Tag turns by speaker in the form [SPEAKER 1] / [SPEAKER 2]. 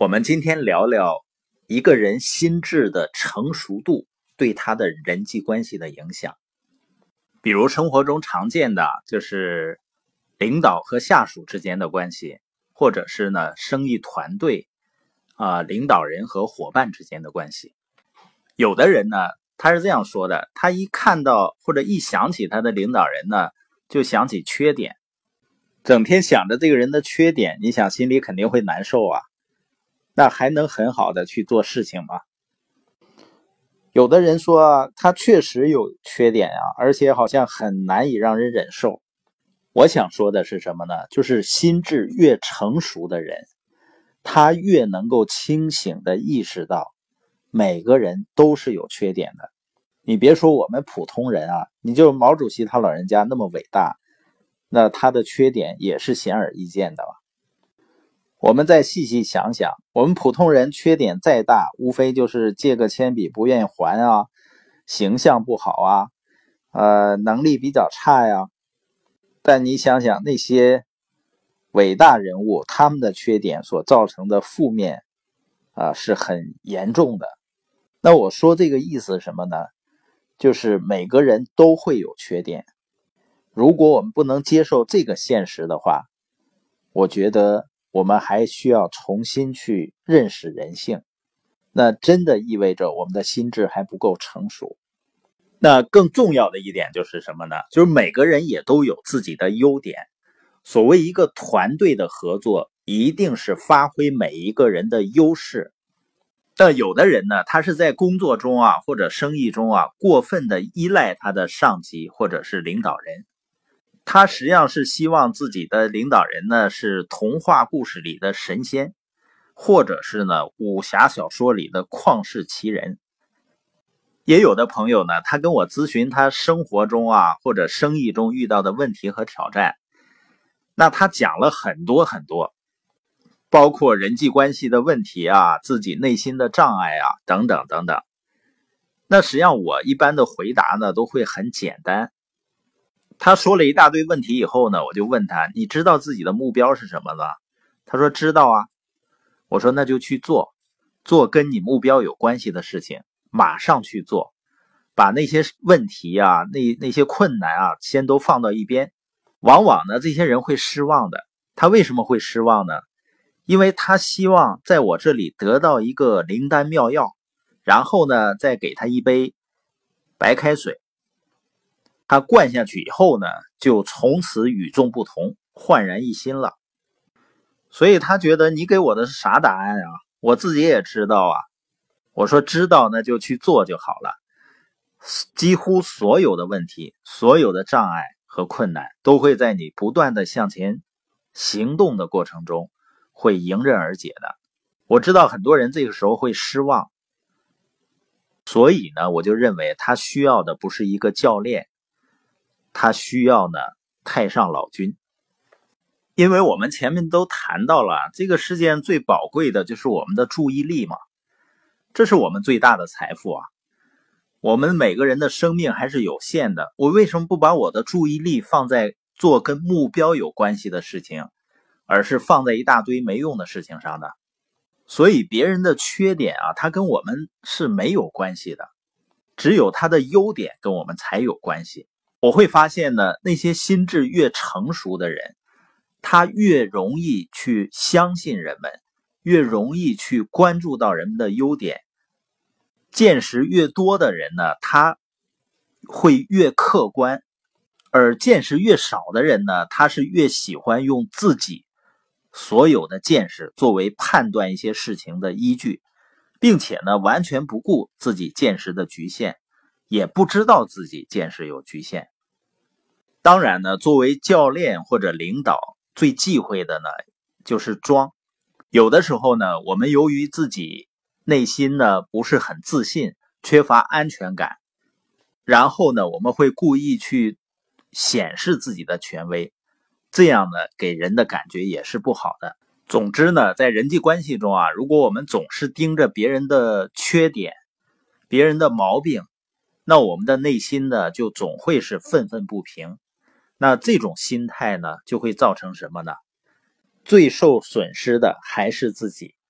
[SPEAKER 1] 我们今天聊聊一个人心智的成熟度对他的人际关系的影响。比如生活中常见的就是领导和下属之间的关系，或者是生意团队领导人和伙伴之间的关系。有的人呢，他是这样说的，他一看到或者一想起他的领导人呢，就想起缺点，整天想着这个人的缺点，你想心里肯定会难受啊。那还能很好的去做事情吗？有的人说他确实有缺点啊，而且好像很难以让人忍受。我想说的是什么呢？就是心智越成熟的人，他越能够清醒地意识到每个人都是有缺点的。你别说我们普通人啊，你就毛主席他老人家那么伟大，那他的缺点也是显而易见的吧。我们再细细想想，我们普通人缺点再大，无非就是借个铅笔不愿意还啊，形象不好啊，能力比较差呀。但你想想那些伟大人物，他们的缺点所造成的负面是很严重的。那我说这个意思是什么呢？就是每个人都会有缺点。如果我们不能接受这个现实的话，我觉得我们还需要重新去认识人性，那真的意味着我们的心智还不够成熟。那更重要的一点就是什么呢？就是每个人也都有自己的优点。所谓一个团队的合作，一定是发挥每一个人的优势。但有的人呢，他是在工作中或者生意中过分的依赖他的上级或者是领导人。他实际上是希望自己的领导人呢是童话故事里的神仙，或者是武侠小说里的旷世奇人。也有的朋友呢，他跟我咨询他生活中或者生意中遇到的问题和挑战，那他讲了很多很多，包括人际关系的问题自己内心的障碍等等等等。那实际上我一般的回答呢都会很简单。他说了一大堆问题以后呢，我就问他，你知道自己的目标是什么呢？他说知道啊。我说那就去做跟你目标有关系的事情，马上去做，把那些问题那些困难先都放到一边。往往呢这些人会失望的。他为什么会失望呢？因为他希望在我这里得到一个灵丹妙药，然后呢再给他一杯白开水，他灌下去以后呢，就从此与众不同，焕然一新了。所以他觉得你给我的是啥答案啊？我自己也知道啊。我说知道，那就去做就好了。几乎所有的问题，所有的障碍和困难，都会在你不断的向前行动的过程中，会迎刃而解的。我知道很多人这个时候会失望，所以呢，我就认为他需要的不是一个教练，他需要太上老君。因为我们前面都谈到了，这个世界上最宝贵的就是我们的注意力嘛，这是我们最大的财富啊。我们每个人的生命还是有限的，我为什么不把我的注意力放在做跟目标有关系的事情，而是放在一大堆没用的事情上呢？所以别人的缺点它跟我们是没有关系的，只有他的优点跟我们才有关系。我会发现呢，那些心智越成熟的人，他越容易去相信人们，越容易去关注到人们的优点。见识越多的人呢，他会越客观，而见识越少的人呢，他是越喜欢用自己所有的见识作为判断一些事情的依据，并且呢，完全不顾自己见识的局限，也不知道自己见识有局限。当然呢，作为教练或者领导，最忌讳的呢就是装。有的时候呢，我们由于自己内心呢不是很自信，缺乏安全感，然后呢我们会故意去显示自己的权威，这样呢给人的感觉也是不好的。总之呢，在人际关系中如果我们总是盯着别人的缺点，别人的毛病，那我们的内心呢就总会是愤愤不平。那这种心态呢就会造成什么呢？最受损失的还是自己。